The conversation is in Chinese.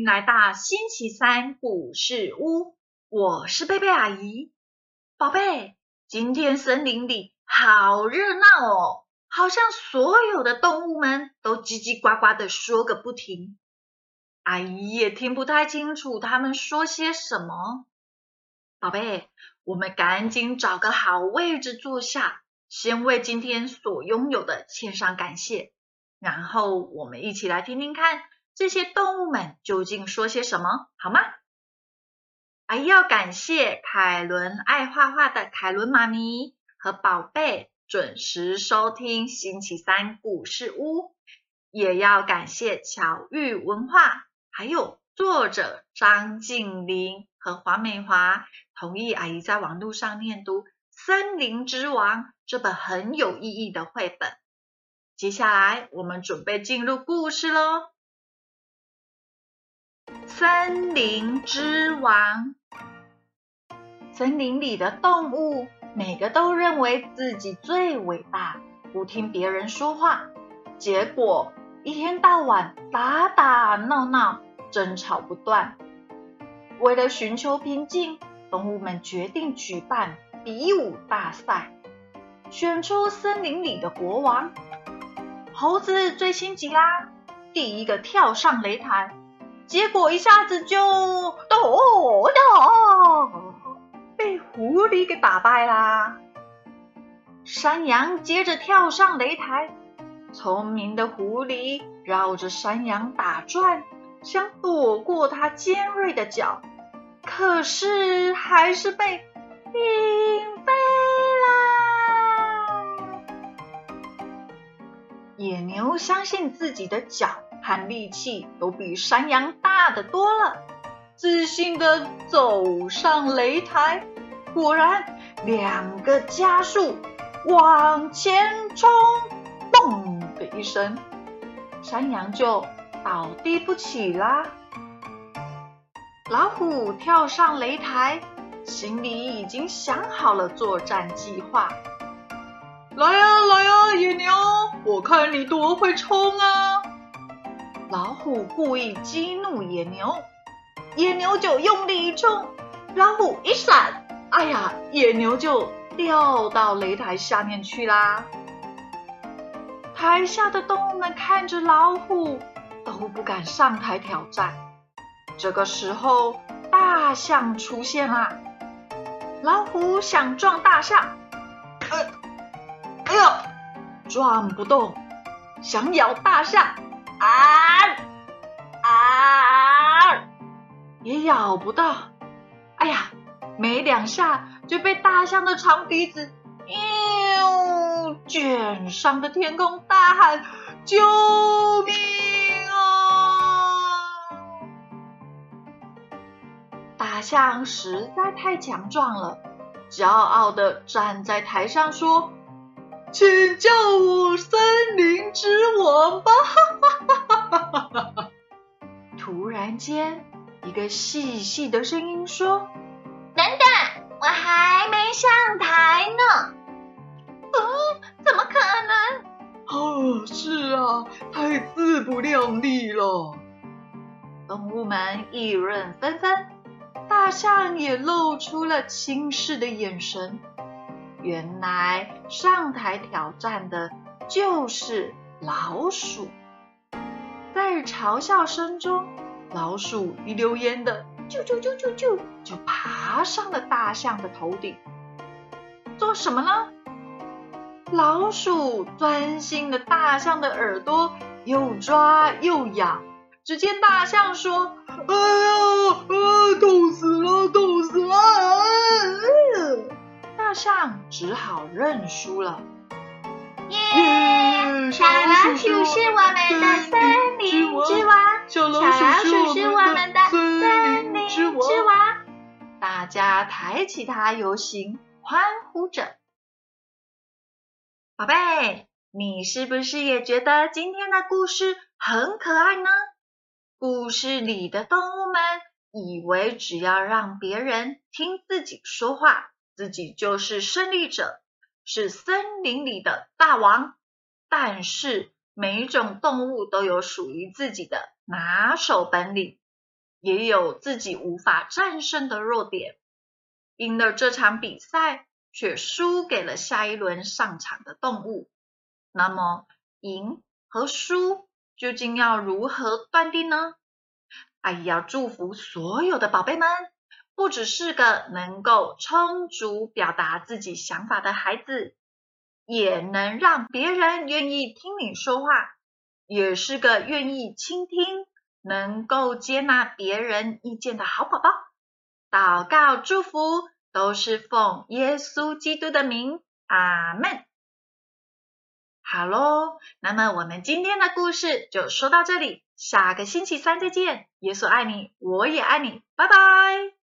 来到星期三故事屋，我是贝贝阿姨。宝贝，今天森林里好热闹哦，好像所有的动物们都叽叽呱呱地说个不停。阿姨也听不太清楚他们说些什么。宝贝，我们赶紧找个好位置坐下，先为今天所拥有的献上感谢，然后我们一起来听听看这些动物们究竟说些什么，好吗？阿姨要感谢凯伦爱画画的凯伦妈咪和宝贝准时收听星期三故事屋，也要感谢巧遇文化还有作者张静玲和黄美华同意阿姨在网络上念读《森林之王》这本很有意义的绘本。接下来我们准备进入故事咯。森林之王。森林里的动物每个都认为自己最伟大，不听别人说话，结果一天到晚打打闹闹，争吵不断。为了寻求平静，动物们决定举办比武大赛，选出森林里的国王。猴子最心急啦，第一个跳上擂台，结果一下子就被狐狸给打败啦。山羊接着跳上擂台，聪明的狐狸绕着山羊打转，想躲过它尖锐的角，可是还是被顶飞啦。野牛相信自己的脚和力气都比山羊大得多了，自信地走上擂台，果然两个加速往前冲，咚的一声，山羊就倒地不起啦。老虎跳上擂台，心里已经想好了作战计划。来呀，野牛，我看你多会冲啊！老虎故意激怒野牛，野牛就用力一冲，老虎一闪，哎呀，野牛就掉到擂台下面去啦。台下的动物们看着老虎，都不敢上台挑战。这个时候，大象出现啦。老虎想撞大象，哎呦，撞不动，想咬大象，也咬不到。哎呀，没两下就被大象的长鼻子卷上的天空，大喊救命啊！大象实在太强壮了，骄傲地站在台上说，请叫我森林之王吧！突然间，一个细细的声音说， 等等，我还没上台呢。怎么可能？ 是啊，太自不量力了。动物们议论纷纷，大象也露出了轻视的眼神。原来上台挑战的就是老鼠。在嘲笑声中，老鼠一溜烟的就爬上了大象的头顶。做什么呢？老鼠钻进了大象的耳朵，又抓又咬。只见大象说，哎呀，痛死了，痛死了！大象只好认输了。 小老鼠是我们的森林之王，小老鼠是我们的森林之王。 大家抬起它游行，欢呼着。宝贝，你是不是也觉得今天的故事很可爱呢？故事里的动物们以为只要让别人听自己说话，自己就是胜利者，是森林里的大王。但是每种动物都有属于自己的拿手本领， 也有自己无法战胜的弱点，赢了这场比赛，却输给了下一轮上场的动物。那么，赢和输究竟要如何断定呢？阿姨要祝福所有的宝贝们，不只是个能够充足表达自己想法的孩子，也能让别人愿意听你说话，也是个愿意倾听，能够接纳别人意见的好宝宝。祷告祝福都是奉耶稣基督的名，阿们。好咯，那么我们今天的故事就说到这里，下个星期三再见。耶稣爱你，我也爱你，拜拜。